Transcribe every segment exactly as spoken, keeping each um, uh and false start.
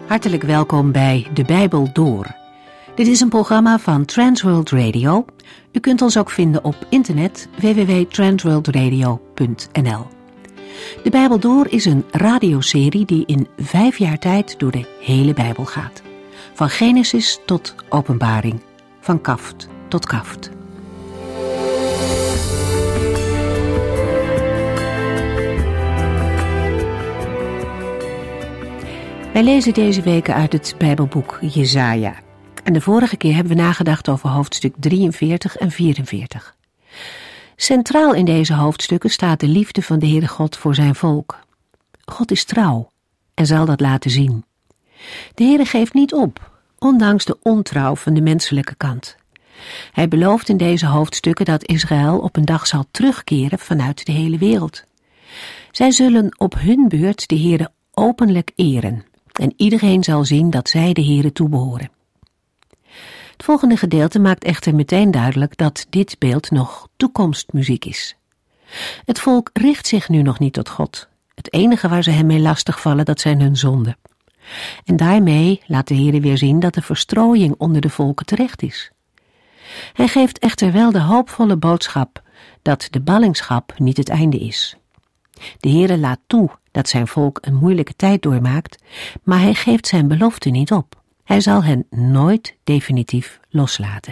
Hartelijk welkom bij De Bijbel Door. Dit is een programma van Transworld Radio. U kunt ons ook vinden op internet w w w punt transworld radio punt n l. De Bijbel Door is een radioserie die in vijf jaar tijd door de hele Bijbel gaat. Van Genesis tot Openbaring, van kaft tot kaft. Wij lezen deze weken uit het Bijbelboek Jesaja. En de vorige keer hebben we nagedacht over hoofdstuk drieënveertig en vierenveertig. Centraal in deze hoofdstukken staat de liefde van de Heere God voor zijn volk. God is trouw en zal dat laten zien. De Heere geeft niet op, ondanks de ontrouw van de menselijke kant. Hij belooft in deze hoofdstukken dat Israël op een dag zal terugkeren vanuit de hele wereld. Zij zullen op hun beurt de Heere openlijk eren en iedereen zal zien dat zij de Heere toebehoren. Het volgende gedeelte maakt echter meteen duidelijk dat dit beeld nog toekomstmuziek is. Het volk richt zich nu nog niet tot God. Het enige waar ze hem mee lastigvallen, dat zijn hun zonden. En daarmee laat de Heere weer zien dat de verstrooiing onder de volken terecht is. Hij geeft echter wel de hoopvolle boodschap dat de ballingschap niet het einde is. De Heere laat toe dat zijn volk een moeilijke tijd doormaakt, maar hij geeft zijn belofte niet op. Hij zal hen nooit definitief loslaten.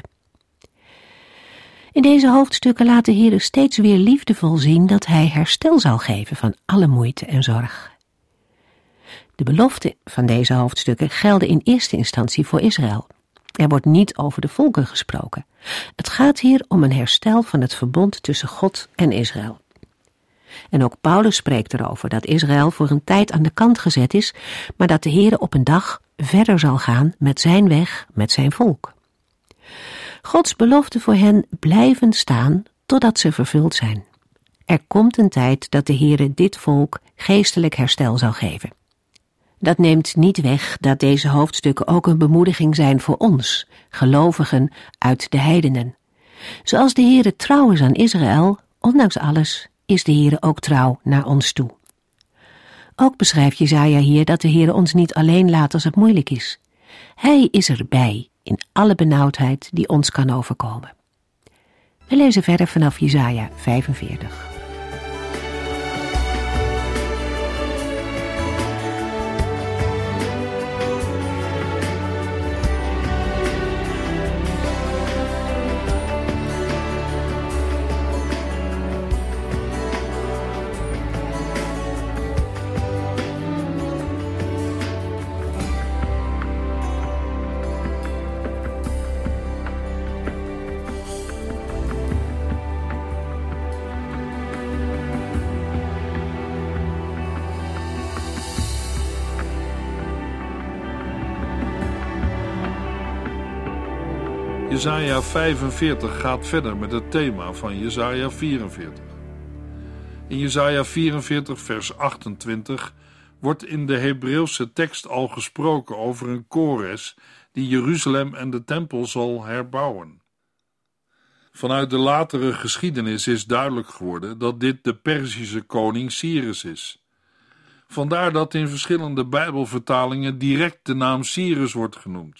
In deze hoofdstukken laat de Heere steeds weer liefdevol zien dat hij herstel zal geven van alle moeite en zorg. De beloften van deze hoofdstukken gelden in eerste instantie voor Israël. Er wordt niet over de volken gesproken. Het gaat hier om een herstel van het verbond tussen God en Israël. En ook Paulus spreekt erover dat Israël voor een tijd aan de kant gezet is, maar dat de Heere op een dag verder zal gaan met zijn weg, met zijn volk. Gods beloften voor hen blijven staan totdat ze vervuld zijn. Er komt een tijd dat de Heere dit volk geestelijk herstel zal geven. Dat neemt niet weg dat deze hoofdstukken ook een bemoediging zijn voor ons, gelovigen uit de heidenen. Zoals de Heere trouw is aan Israël, ondanks alles is de Heere ook trouw naar ons toe. Ook beschrijft Jesaja hier dat de Heere ons niet alleen laat als het moeilijk is. Hij is erbij in alle benauwdheid die ons kan overkomen. We lezen verder vanaf Jesaja vijfenveertig. Jesaja vijfenveertig gaat verder met het thema van Jesaja vierenveertig. In Jesaja vierenveertig vers achtentwintig wordt in de Hebreeuwse tekst al gesproken over een Kores die Jeruzalem en de tempel zal herbouwen. Vanuit de latere geschiedenis is duidelijk geworden dat dit de Perzische koning Cyrus is. Vandaar dat in verschillende Bijbelvertalingen direct de naam Cyrus wordt genoemd.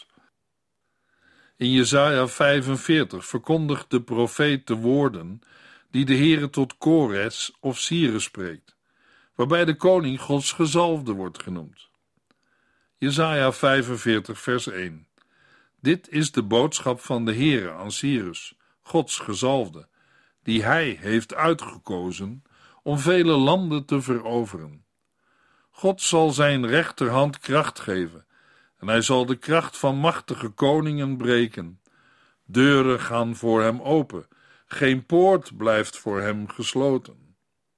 In Jesaja vijfenveertig verkondigt de profeet de woorden die de Heere tot Kores of Cyrus spreekt, waarbij de koning Gods gezalfde wordt genoemd. Jesaja vijfenveertig vers één. Dit is de boodschap van de Heere aan Cyrus, Gods gezalfde, die hij heeft uitgekozen om vele landen te veroveren. God zal zijn rechterhand kracht geven, en hij zal de kracht van machtige koningen breken. Deuren gaan voor hem open, geen poort blijft voor hem gesloten.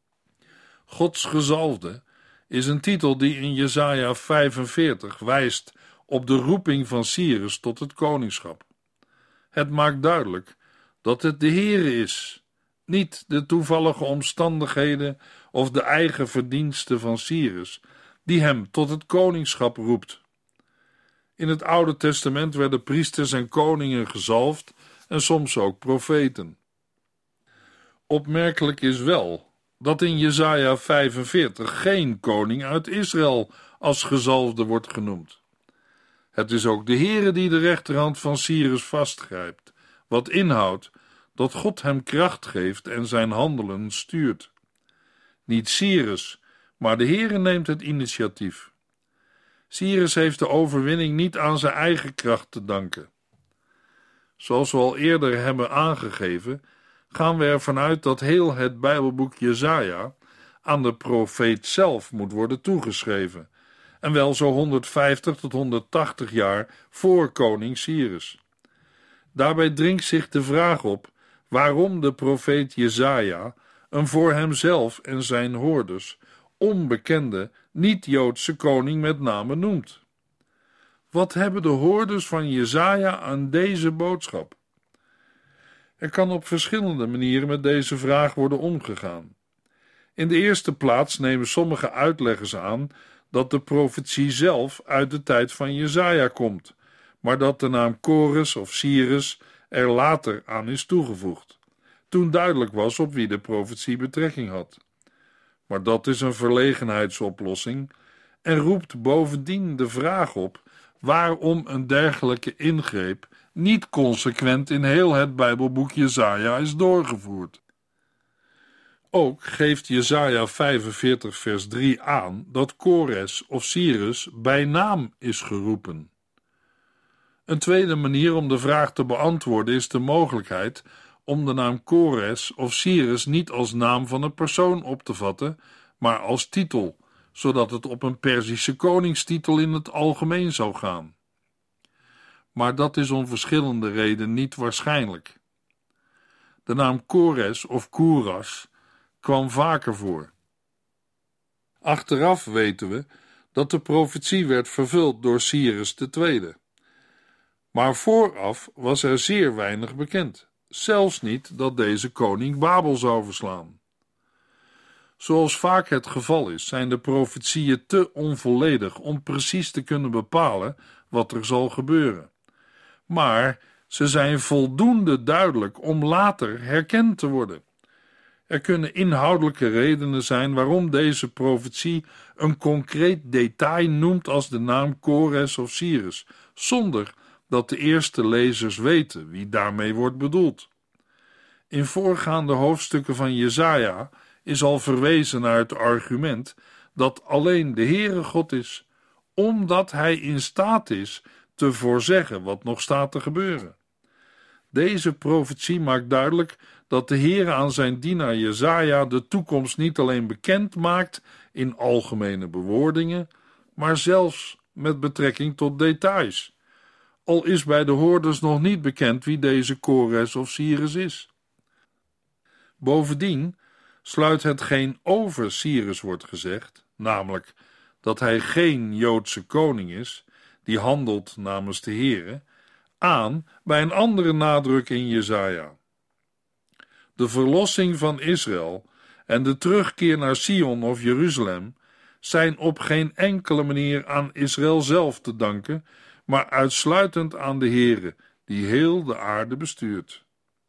Gods gezalfde is een titel die in Jesaja vijfenveertig wijst op de roeping van Cyrus tot het koningschap. Het maakt duidelijk dat het de Heere is, niet de toevallige omstandigheden of de eigen verdiensten van Cyrus, die hem tot het koningschap roept. In het Oude Testament werden priesters en koningen gezalfd en soms ook profeten. Opmerkelijk is wel dat in Jesaja vijfenveertig geen koning uit Israël als gezalfde wordt genoemd. Het is ook de Heere die de rechterhand van Cyrus vastgrijpt, wat inhoudt dat God hem kracht geeft en zijn handelen stuurt. Niet Cyrus, maar de Heere neemt het initiatief. Cyrus heeft de overwinning niet aan zijn eigen kracht te danken. Zoals we al eerder hebben aangegeven, gaan we ervan uit dat heel het Bijbelboek Jesaja aan de profeet zelf moet worden toegeschreven, en wel zo honderdvijftig tot honderdtachtig jaar voor koning Cyrus. Daarbij dringt zich de vraag op waarom de profeet Jesaja een voor hemzelf en zijn hoorders onbekende, niet-Joodse koning met name noemt. Wat hebben de hoorders van Jesaja aan deze boodschap? Er kan op verschillende manieren met deze vraag worden omgegaan. In de eerste plaats nemen sommige uitleggers aan dat de profetie zelf uit de tijd van Jesaja komt, maar dat de naam Kores of Cyrus er later aan is toegevoegd, toen duidelijk was op wie de profetie betrekking had. Maar dat is een verlegenheidsoplossing en roept bovendien de vraag op waarom een dergelijke ingreep niet consequent in heel het Bijbelboek Jesaja is doorgevoerd. Ook geeft Jesaja vijfenveertig vers drie aan dat Kores of Cyrus bij naam is geroepen. Een tweede manier om de vraag te beantwoorden is de mogelijkheid om de naam Kores of Cyrus niet als naam van een persoon op te vatten, maar als titel, zodat het op een Perzische koningstitel in het algemeen zou gaan. Maar dat is om verschillende redenen niet waarschijnlijk. De naam Kores of Koeras kwam vaker voor. Achteraf weten we dat de profetie werd vervuld door Cyrus de Tweede. Maar vooraf was er zeer weinig bekend, zelfs niet dat deze koning Babel zou verslaan. Zoals vaak het geval is, zijn de profetieën te onvolledig om precies te kunnen bepalen wat er zal gebeuren. Maar ze zijn voldoende duidelijk om later herkend te worden. Er kunnen inhoudelijke redenen zijn waarom deze profetie een concreet detail noemt als de naam Kores of Cyrus, zonder dat de eerste lezers weten wie daarmee wordt bedoeld. In voorgaande hoofdstukken van Jesaja is al verwezen naar het argument dat alleen de Heere God is, omdat hij in staat is te voorzeggen wat nog staat te gebeuren. Deze profetie maakt duidelijk dat de Heere aan zijn dienaar Jesaja de toekomst niet alleen bekend maakt in algemene bewoordingen, maar zelfs met betrekking tot details. Al is bij de hoorders nog niet bekend wie deze Kores of Cyrus is. Bovendien sluit hetgeen over Cyrus wordt gezegd, namelijk dat hij geen Joodse koning is, die handelt namens de Heere, aan bij een andere nadruk in Jesaja. De verlossing van Israël en de terugkeer naar Sion of Jeruzalem zijn op geen enkele manier aan Israël zelf te danken, maar uitsluitend aan de Heere, die heel de aarde bestuurt.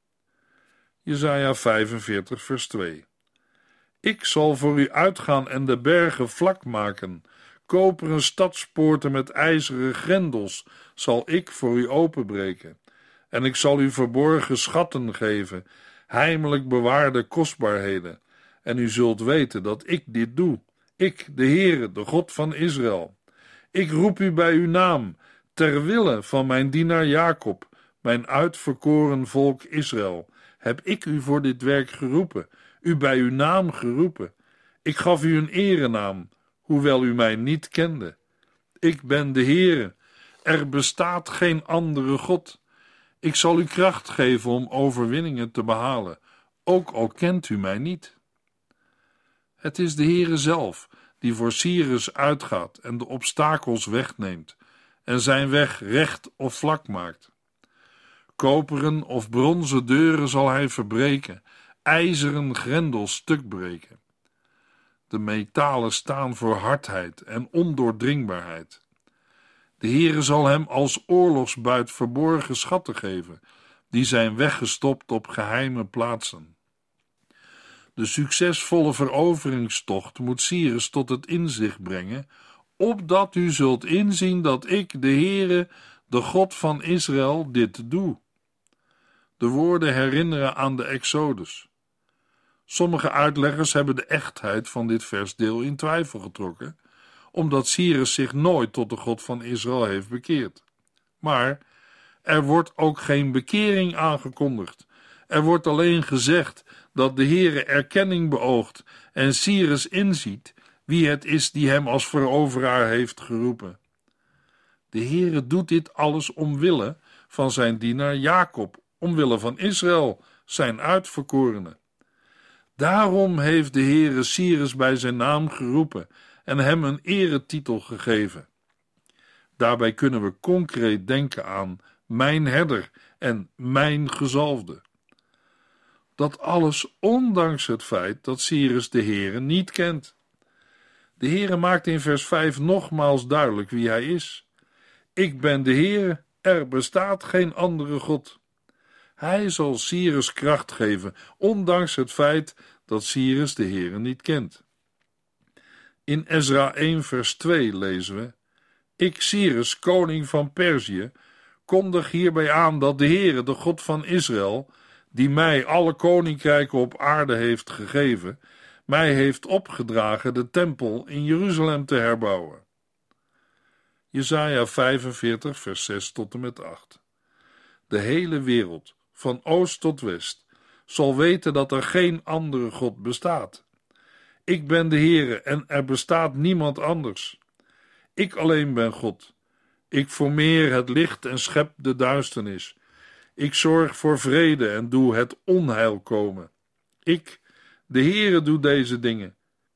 Jesaja vijfenveertig vers twee. Ik zal voor u uitgaan en de bergen vlak maken, koperen stadspoorten met ijzeren grendels zal ik voor u openbreken, en ik zal u verborgen schatten geven, heimelijk bewaarde kostbaarheden, en u zult weten dat ik dit doe, ik, de Heere, de God van Israël. Ik roep u bij uw naam, ter wille van mijn dienaar Jacob, mijn uitverkoren volk Israël, heb ik u voor dit werk geroepen, u bij uw naam geroepen. Ik gaf u een erenaam, hoewel u mij niet kende. Ik ben de Heere, er bestaat geen andere God. Ik zal u kracht geven om overwinningen te behalen, ook al kent u mij niet. Het is de Heere zelf die voor Cyrus uitgaat en de obstakels wegneemt en zijn weg recht of vlak maakt. Koperen of bronzen deuren zal hij verbreken, ijzeren grendels stuk breken. De metalen staan voor hardheid en ondoordringbaarheid. De Heere zal hem als oorlogsbuit verborgen schatten geven, die zijn weggestopt op geheime plaatsen. De succesvolle veroveringstocht moet Cyrus tot het inzicht brengen opdat u zult inzien dat ik, de Heere, de God van Israël, dit doe. De woorden herinneren aan de Exodus. Sommige uitleggers hebben de echtheid van dit versdeel in twijfel getrokken, omdat Cyrus zich nooit tot de God van Israël heeft bekeerd. Maar er wordt ook geen bekering aangekondigd. Er wordt alleen gezegd dat de Heere erkenning beoogt en Cyrus inziet wie het is die hem als veroveraar heeft geroepen. De Heere doet dit alles omwille van zijn dienaar Jacob, omwille van Israël, zijn uitverkorene. Daarom heeft de Heere Cyrus bij zijn naam geroepen en hem een eretitel gegeven. Daarbij kunnen we concreet denken aan mijn herder en mijn gezalfde. Dat alles ondanks het feit dat Cyrus de Heere niet kent. De Heere maakt in vers vijf nogmaals duidelijk wie hij is. Ik ben de Heere, er bestaat geen andere God. Hij zal Cyrus kracht geven, ondanks het feit dat Cyrus de Heere niet kent. In Ezra één vers twee lezen we: Ik, Cyrus, koning van Perzië, kondig hierbij aan dat de Heere, de God van Israël, die mij alle koninkrijken op aarde heeft gegeven, mij heeft opgedragen de tempel in Jeruzalem te herbouwen. Jesaja vijfenveertig vers zes tot en met acht. De hele wereld, van oost tot west, zal weten dat er geen andere God bestaat. Ik ben de Heere en er bestaat niemand anders. Ik alleen ben God. Ik formeer het licht en schep de duisternis. Ik zorg voor vrede en doe het onheil komen. Ik, de Heere, doe deze dingen.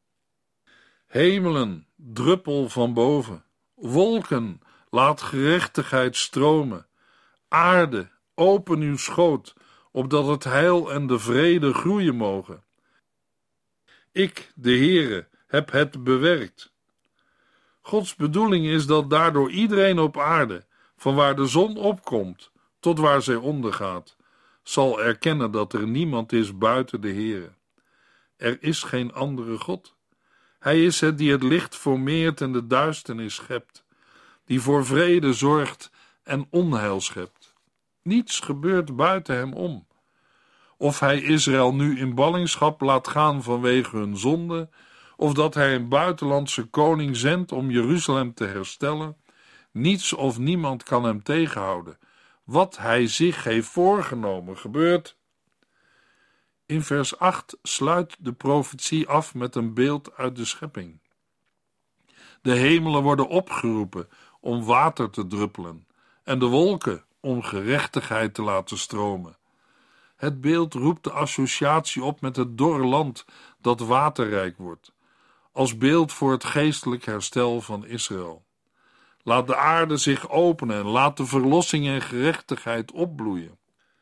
Hemelen, druppel van boven. Wolken, laat gerechtigheid stromen. Aarde, open uw schoot, opdat het heil en de vrede groeien mogen. Ik, de Heere, heb het bewerkt. Gods bedoeling is dat daardoor iedereen op aarde, van waar de zon opkomt tot waar zij ondergaat, zal erkennen dat er niemand is buiten de Heere. Er is geen andere God. Hij is het die het licht formeert en de duisternis schept, die voor vrede zorgt en onheil schept. Niets gebeurt buiten hem om. Of hij Israël nu in ballingschap laat gaan vanwege hun zonde, of dat hij een buitenlandse koning zendt om Jeruzalem te herstellen, niets of niemand kan hem tegenhouden. Wat hij zich heeft voorgenomen gebeurt. In vers acht sluit de profetie af met een beeld uit de schepping. De hemelen worden opgeroepen om water te druppelen en de wolken om gerechtigheid te laten stromen. Het beeld roept de associatie op met het dorre land dat waterrijk wordt, als beeld voor het geestelijk herstel van Israël. Laat de aarde zich openen en laat de verlossing en gerechtigheid opbloeien.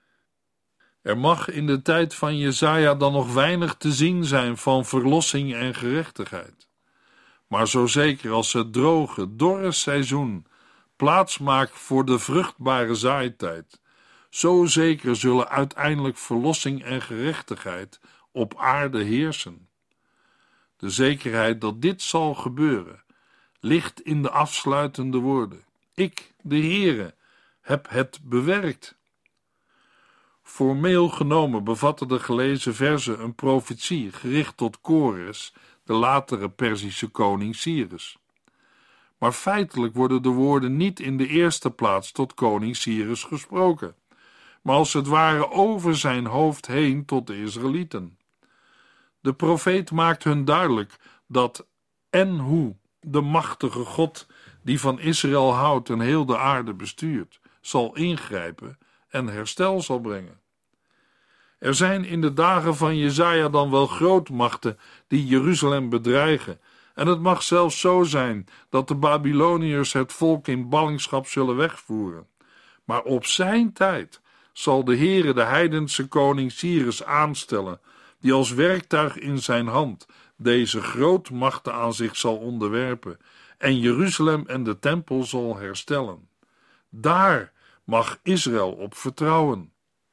Er mag in de tijd van Jesaja dan nog weinig te zien zijn van verlossing en gerechtigheid. Maar zo zeker als het droge, dorre seizoen plaats maakt voor de vruchtbare zaaitijd, zo zeker zullen uiteindelijk verlossing en gerechtigheid op aarde heersen. De zekerheid dat dit zal gebeuren, ligt in de afsluitende woorden. Ik, de Heere, heb het bewerkt. Formeel genomen bevatten de gelezen verzen een profetie gericht tot Kores, de latere Perzische koning Cyrus. Maar feitelijk worden de woorden niet in de eerste plaats tot koning Cyrus gesproken, maar als het ware over zijn hoofd heen tot de Israëlieten. De profeet maakt hun duidelijk dat en hoe de machtige God die van Israël houdt en heel de aarde bestuurt, zal ingrijpen en herstel zal brengen. Er zijn in de dagen van Jesaja dan wel grootmachten die Jeruzalem bedreigen, en het mag zelfs zo zijn dat de Babyloniërs het volk in ballingschap zullen wegvoeren. Maar op zijn tijd zal de Heere de heidense koning Cyrus aanstellen, die als werktuig in zijn hand deze grootmachten aan zich zal onderwerpen en Jeruzalem en de tempel zal herstellen. Daar mag Israël op vertrouwen.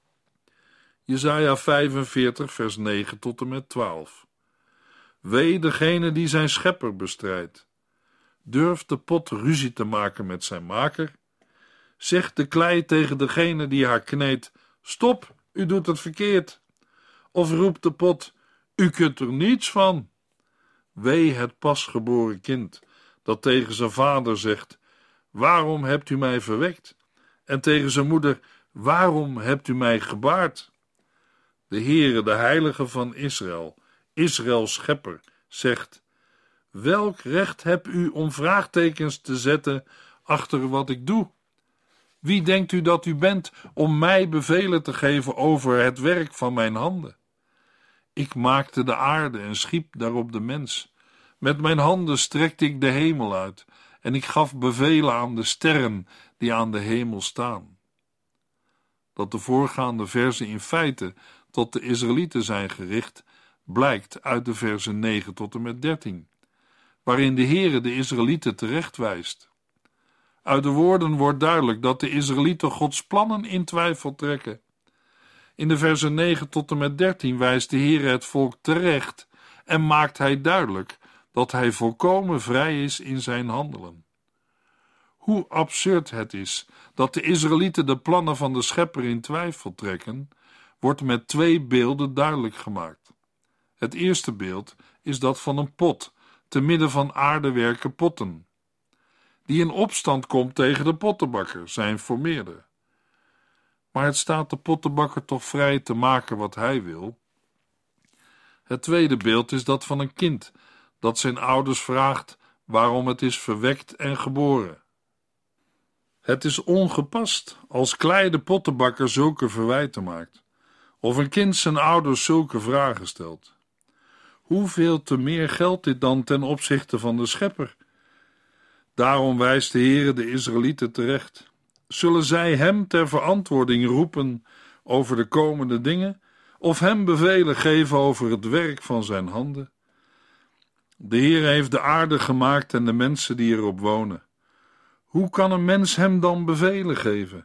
Jesaja vijfenveertig vers negen tot en met twaalf. Wee degene die zijn schepper bestrijdt. Durft de pot ruzie te maken met zijn maker? Zegt de klei tegen degene die haar kneedt: stop, u doet het verkeerd. Of roept de pot: u kunt er niets van. Wee het pasgeboren kind dat tegen zijn vader zegt: waarom hebt u mij verwekt? En tegen zijn moeder: waarom hebt u mij gebaard? De Heere, de Heilige van Israël, Israëls schepper, zegt: welk recht hebt u om vraagtekens te zetten achter wat ik doe? Wie denkt u dat u bent om mij bevelen te geven over het werk van mijn handen? Ik maakte de aarde en schiep daarop de mens. Met mijn handen strekte ik de hemel uit en ik gaf bevelen aan de sterren die aan de hemel staan. Dat de voorgaande verzen in feite tot de Israëlieten zijn gericht, blijkt uit de versen negen tot en met dertien, waarin de Heere de Israëlieten terechtwijst. Uit de woorden wordt duidelijk dat de Israëlieten Gods plannen in twijfel trekken. In de versen negen tot en met dertien wijst de Heere het volk terecht en maakt hij duidelijk dat hij volkomen vrij is in zijn handelen. Hoe absurd het is dat de Israëlieten de plannen van de Schepper in twijfel trekken, wordt met twee beelden duidelijk gemaakt. Het eerste beeld is dat van een pot, te midden van aardewerken potten, die in opstand komt tegen de pottenbakker, zijn formeerder. Maar het staat de pottenbakker toch vrij te maken wat hij wil. Het tweede beeld is dat van een kind, dat zijn ouders vraagt waarom het is verwekt en geboren. Het is ongepast als klei de pottenbakker zulke verwijten maakt, of een kind zijn ouders zulke vragen stelt. Hoeveel te meer geldt dit dan ten opzichte van de Schepper? Daarom wijst de Heere de Israëlieten terecht. Zullen zij hem ter verantwoording roepen over de komende dingen, of hem bevelen geven over het werk van zijn handen? De Heere heeft de aarde gemaakt en de mensen die erop wonen. Hoe kan een mens hem dan bevelen geven?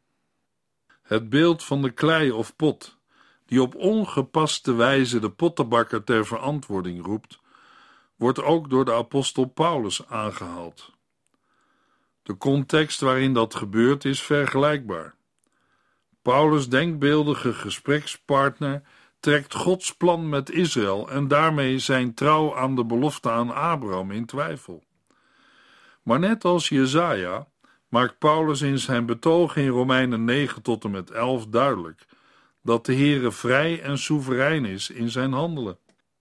Het beeld van de klei of pot, die op ongepaste wijze de pottenbakker ter verantwoording roept, wordt ook door de apostel Paulus aangehaald. De context waarin dat gebeurt is vergelijkbaar. Paulus' denkbeeldige gesprekspartner trekt Gods plan met Israël en daarmee zijn trouw aan de belofte aan Abraham in twijfel. Maar net als Jesaja maakt Paulus in zijn betoog in Romeinen negen tot en met elf duidelijk dat de Heere vrij en soeverein is in zijn handelen.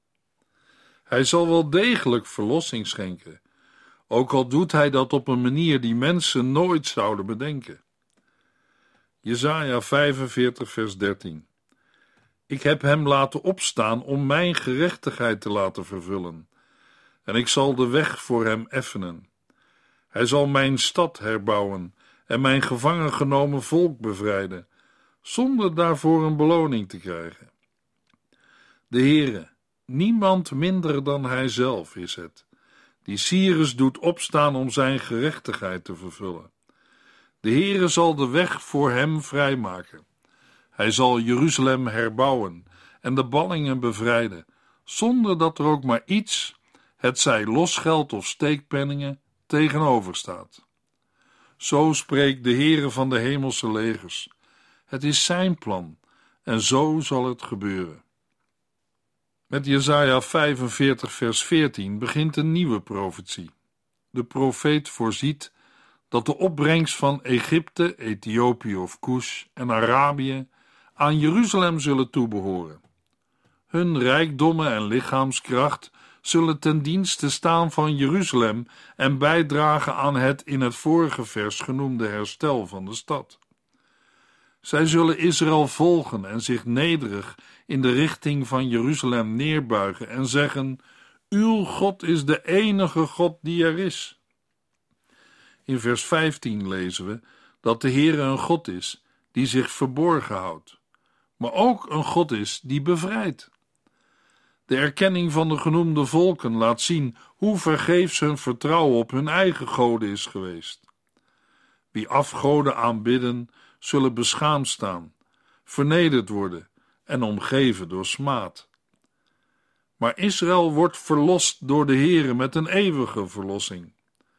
Hij zal wel degelijk verlossing schenken, ook al doet hij dat op een manier die mensen nooit zouden bedenken. Jesaja vijfenveertig vers dertien. Ik heb hem laten opstaan om mijn gerechtigheid te laten vervullen, en ik zal de weg voor hem effenen. Hij zal mijn stad herbouwen en mijn gevangen genomen volk bevrijden, zonder daarvoor een beloning te krijgen. De Heere, niemand minder dan hij zelf is het, die Cyrus doet opstaan om zijn gerechtigheid te vervullen. De Heere zal de weg voor hem vrijmaken. Hij zal Jeruzalem herbouwen en de ballingen bevrijden, zonder dat er ook maar iets, hetzij losgeld of steekpenningen, tegenover staat. Zo spreekt de Heere van de hemelse legers. Het is zijn plan en zo zal het gebeuren. Met Jesaja vijfenveertig vers veertien begint een nieuwe profetie. De profeet voorziet dat de opbrengst van Egypte, Ethiopië of Kush en Arabië aan Jeruzalem zullen toebehoren. Hun rijkdommen en lichaamskracht zullen ten dienste staan van Jeruzalem en bijdragen aan het in het vorige vers genoemde herstel van de stad. Zij zullen Israël volgen en zich nederig in de richting van Jeruzalem neerbuigen en zeggen: uw God is de enige God die er is. In vers vijftien lezen we dat de Heere een God is die zich verborgen houdt, maar ook een God is die bevrijdt. De erkenning van de genoemde volken laat zien hoe vergeefs hun vertrouwen op hun eigen goden is geweest. Wie afgoden aanbidden, zullen beschaamd staan, vernederd worden en omgeven door smaad. Maar Israël wordt verlost door de Heere met een eeuwige verlossing.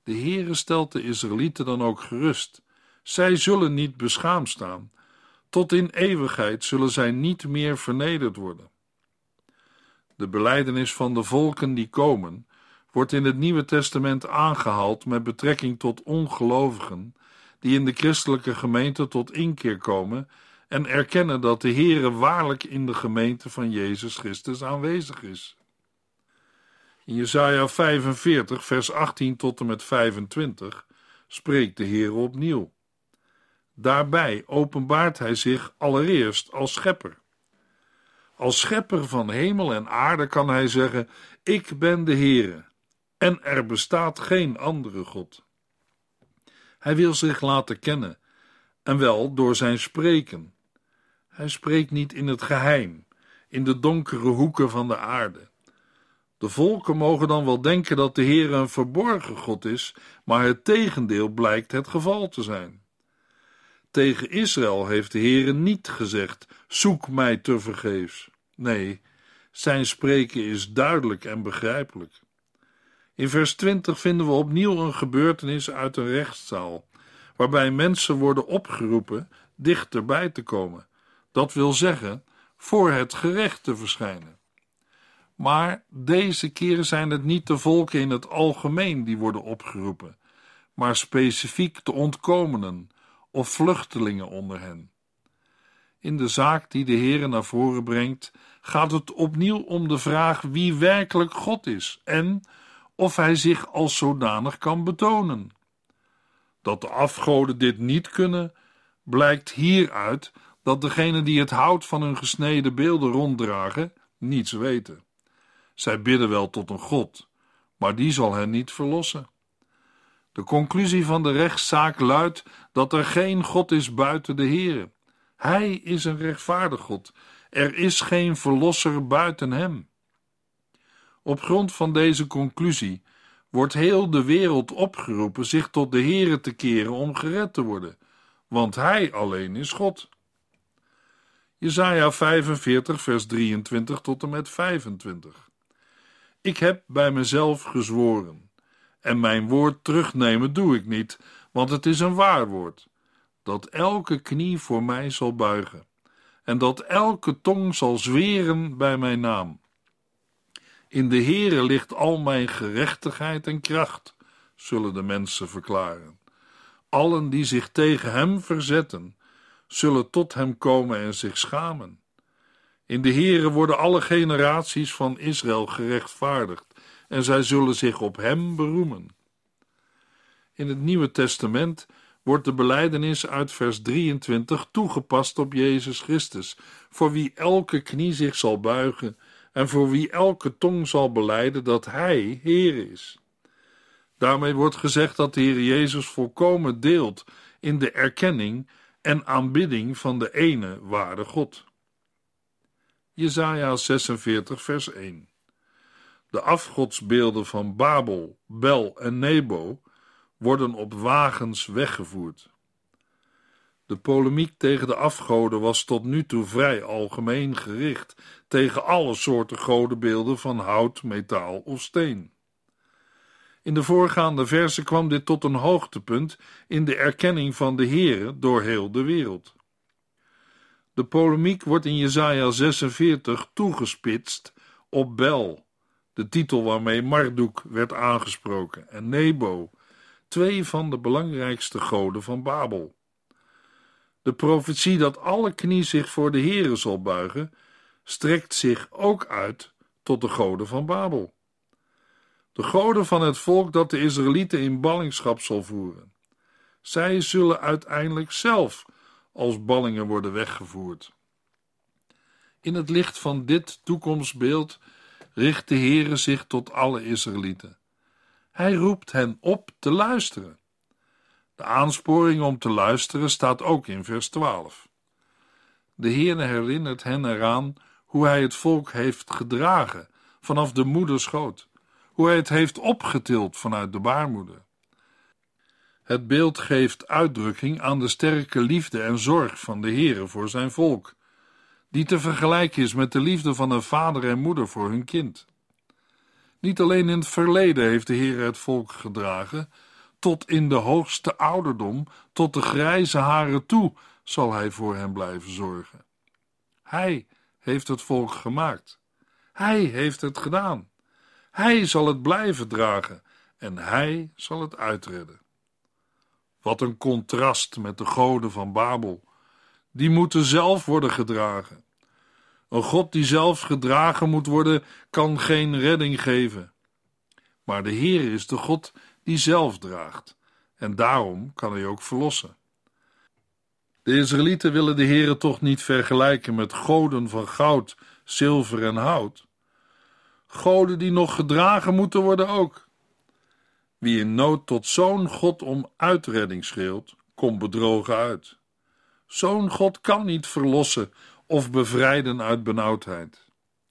De Heere stelt de Israëlieten dan ook gerust. Zij zullen niet beschaamd staan. Tot in eeuwigheid zullen zij niet meer vernederd worden. De belijdenis van de volken die komen, wordt in het Nieuwe Testament aangehaald met betrekking tot ongelovigen die in de christelijke gemeente tot inkeer komen en erkennen dat de Heere waarlijk in de gemeente van Jezus Christus aanwezig is. In Jesaja vijfenveertig, vers achttien tot en met vijfentwintig spreekt de Heere opnieuw. Daarbij openbaart hij zich allereerst als schepper. Als schepper van hemel en aarde kan hij zeggen: ik ben de Heere, en er bestaat geen andere God. Hij wil zich laten kennen, en wel door zijn spreken. Hij spreekt niet in het geheim, in de donkere hoeken van de aarde. De volken mogen dan wel denken dat de Heere een verborgen God is, maar het tegendeel blijkt het geval te zijn. Tegen Israël heeft de Heere niet gezegd: zoek mij tevergeefs. Nee, zijn spreken is duidelijk en begrijpelijk. In vers twintig vinden we opnieuw een gebeurtenis uit een rechtszaal, waarbij mensen worden opgeroepen dichterbij te komen. Dat wil zeggen, voor het gerecht te verschijnen. Maar deze keer zijn het niet de volken in het algemeen die worden opgeroepen, maar specifiek de ontkomenen of vluchtelingen onder hen. In de zaak die de Heere naar voren brengt, gaat het opnieuw om de vraag wie werkelijk God is en of hij zich als zodanig kan betonen. Dat de afgoden dit niet kunnen, blijkt hieruit dat degenen die het hout van hun gesneden beelden ronddragen, niets weten. Zij bidden wel tot een God, maar die zal hen niet verlossen. De conclusie van de rechtszaak luidt dat er geen God is buiten de Heere. Hij is een rechtvaardig God. Er is geen verlosser buiten hem. Op grond van deze conclusie wordt heel de wereld opgeroepen zich tot de Heere te keren om gered te worden, want hij alleen is God. Jesaja vijfenveertig, vers drieëntwintig tot en met vijfentwintig. Ik heb bij mezelf gezworen, en mijn woord terugnemen doe ik niet, want het is een waar woord, dat elke knie voor mij zal buigen, en dat elke tong zal zweren bij mijn naam. In de Heere ligt al mijn gerechtigheid en kracht, zullen de mensen verklaren. Allen die zich tegen hem verzetten, zullen tot hem komen en zich schamen. In de Heere worden alle generaties van Israël gerechtvaardigd, en zij zullen zich op hem beroemen. In het Nieuwe Testament wordt de belijdenis uit vers drieëntwintig toegepast op Jezus Christus, voor wie elke knie zich zal buigen en voor wie elke tong zal belijden dat hij Heer is. Daarmee wordt gezegd dat de Heer Jezus volkomen deelt in de erkenning en aanbidding van de ene ware God. Jesaja zesenveertig, vers één. De afgodsbeelden van Babel, Bel en Nebo worden op wagens weggevoerd. De polemiek tegen de afgoden was tot nu toe vrij algemeen gericht tegen alle soorten godenbeelden van hout, metaal of steen. In de voorgaande verzen kwam dit tot een hoogtepunt in de erkenning van de Heere door heel de wereld. De polemiek wordt in Jesaja zesenveertig toegespitst op Bel, de titel waarmee Marduk werd aangesproken, en Nebo, twee van de belangrijkste goden van Babel. De profetie dat alle knie zich voor de Heere zal buigen, strekt zich ook uit tot de goden van Babel. De goden van het volk dat de Israëlieten in ballingschap zal voeren. Zij zullen uiteindelijk zelf als ballingen worden weggevoerd. In het licht van dit toekomstbeeld richt de Heere zich tot alle Israëlieten. Hij roept hen op te luisteren. De aansporing om te luisteren staat ook in vers twaalf. De Heere herinnert hen eraan hoe hij het volk heeft gedragen vanaf de moederschoot, hoe hij het heeft opgetild vanuit de baarmoeder. Het beeld geeft uitdrukking aan de sterke liefde en zorg van de Heere voor zijn volk, die te vergelijken is met de liefde van een vader en moeder voor hun kind. Niet alleen in het verleden heeft de Heere het volk gedragen, tot in de hoogste ouderdom, tot de grijze haren toe, zal hij voor hen blijven zorgen. Hij heeft het volk gemaakt. Hij heeft het gedaan. Hij zal het blijven dragen en hij zal het uitredden. Wat een contrast met de goden van Babel. Die moeten zelf worden gedragen. Een God die zelf gedragen moet worden, kan geen redding geven. Maar de Heer is de God die zelf draagt. En daarom kan hij ook verlossen. De Israëlieten willen de Heere toch niet vergelijken met goden van goud, zilver en hout. Goden die nog gedragen moeten worden ook. Wie in nood tot zo'n God om uitredding schreeuwt, komt bedrogen uit. Zo'n God kan niet verlossen of bevrijden uit benauwdheid.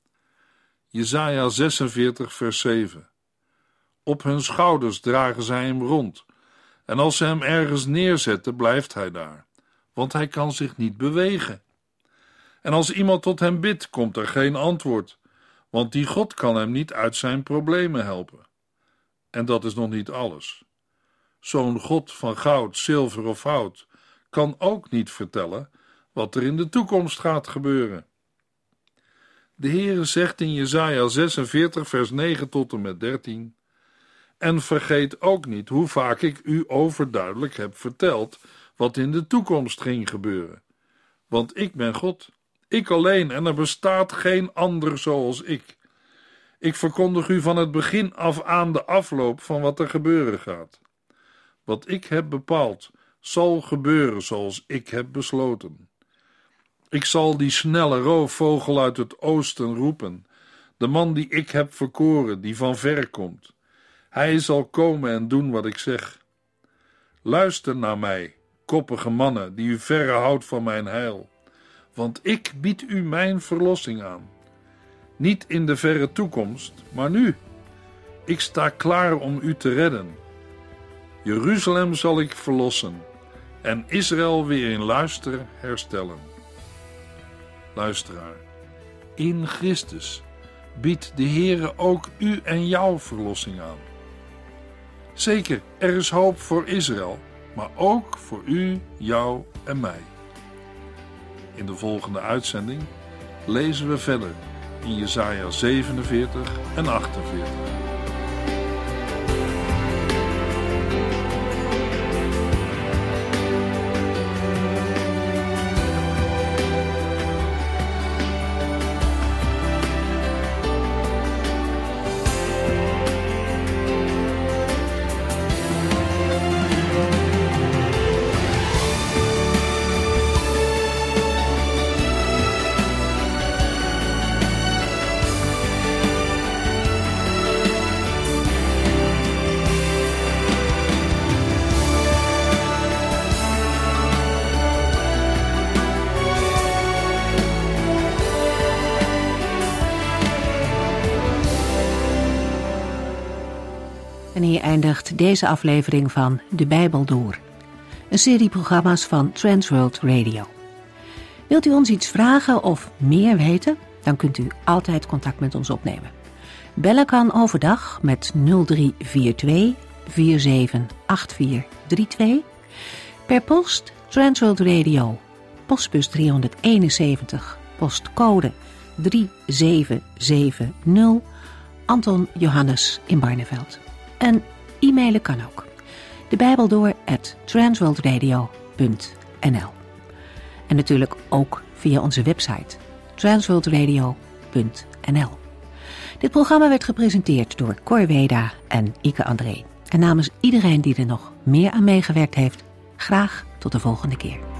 Jesaja zesenveertig vers zeven. Op hun schouders dragen zij hem rond, en als ze hem ergens neerzetten, blijft hij daar, want hij kan zich niet bewegen. En als iemand tot hem bidt, komt er geen antwoord, want die God kan hem niet uit zijn problemen helpen. En dat is nog niet alles. Zo'n God van goud, zilver of hout kan ook niet vertellen wat er in de toekomst gaat gebeuren. De Heere zegt in Jesaja zesenveertig vers negen tot en met dertien: En vergeet ook niet hoe vaak ik u overduidelijk heb verteld wat in de toekomst ging gebeuren. Want ik ben God, ik alleen, en er bestaat geen ander zoals ik. Ik verkondig u van het begin af aan de afloop van wat er gebeuren gaat. Wat ik heb bepaald, zal gebeuren zoals ik heb besloten. Ik zal die snelle roofvogel uit het oosten roepen, de man die ik heb verkoren, die van ver komt. Hij zal komen en doen wat ik zeg. Luister naar mij, koppige mannen, die u verre houdt van mijn heil. Want ik bied u mijn verlossing aan. Niet in de verre toekomst, maar nu. Ik sta klaar om u te redden. Jeruzalem zal ik verlossen en Israël weer in luister herstellen. Luisteraar, in Christus biedt de Heere ook u en jouw verlossing aan. Zeker, er is hoop voor Israël, maar ook voor u, jou en mij. In de volgende uitzending lezen we verder in Jesaja zevenenveertig en achtenveertig. En hier eindigt deze aflevering van De Bijbel Door. Een serie programma's van Transworld Radio. Wilt u ons iets vragen of meer weten? Dan kunt u altijd contact met ons opnemen. Bellen kan overdag met nul drie vier twee vier zeven acht vier drie twee. Per post Transworld Radio, postbus driehonderdeenenzeventig, postcode drie zeven zeven nul, Anton Johannes in Barneveld. En e-mailen kan ook. De Bijbel door at transworldradio punt n l. En natuurlijk ook via onze website transworldradio punt n l. Dit programma werd gepresenteerd door Cor Weda en Ike André. En namens iedereen die er nog meer aan meegewerkt heeft, graag tot de volgende keer.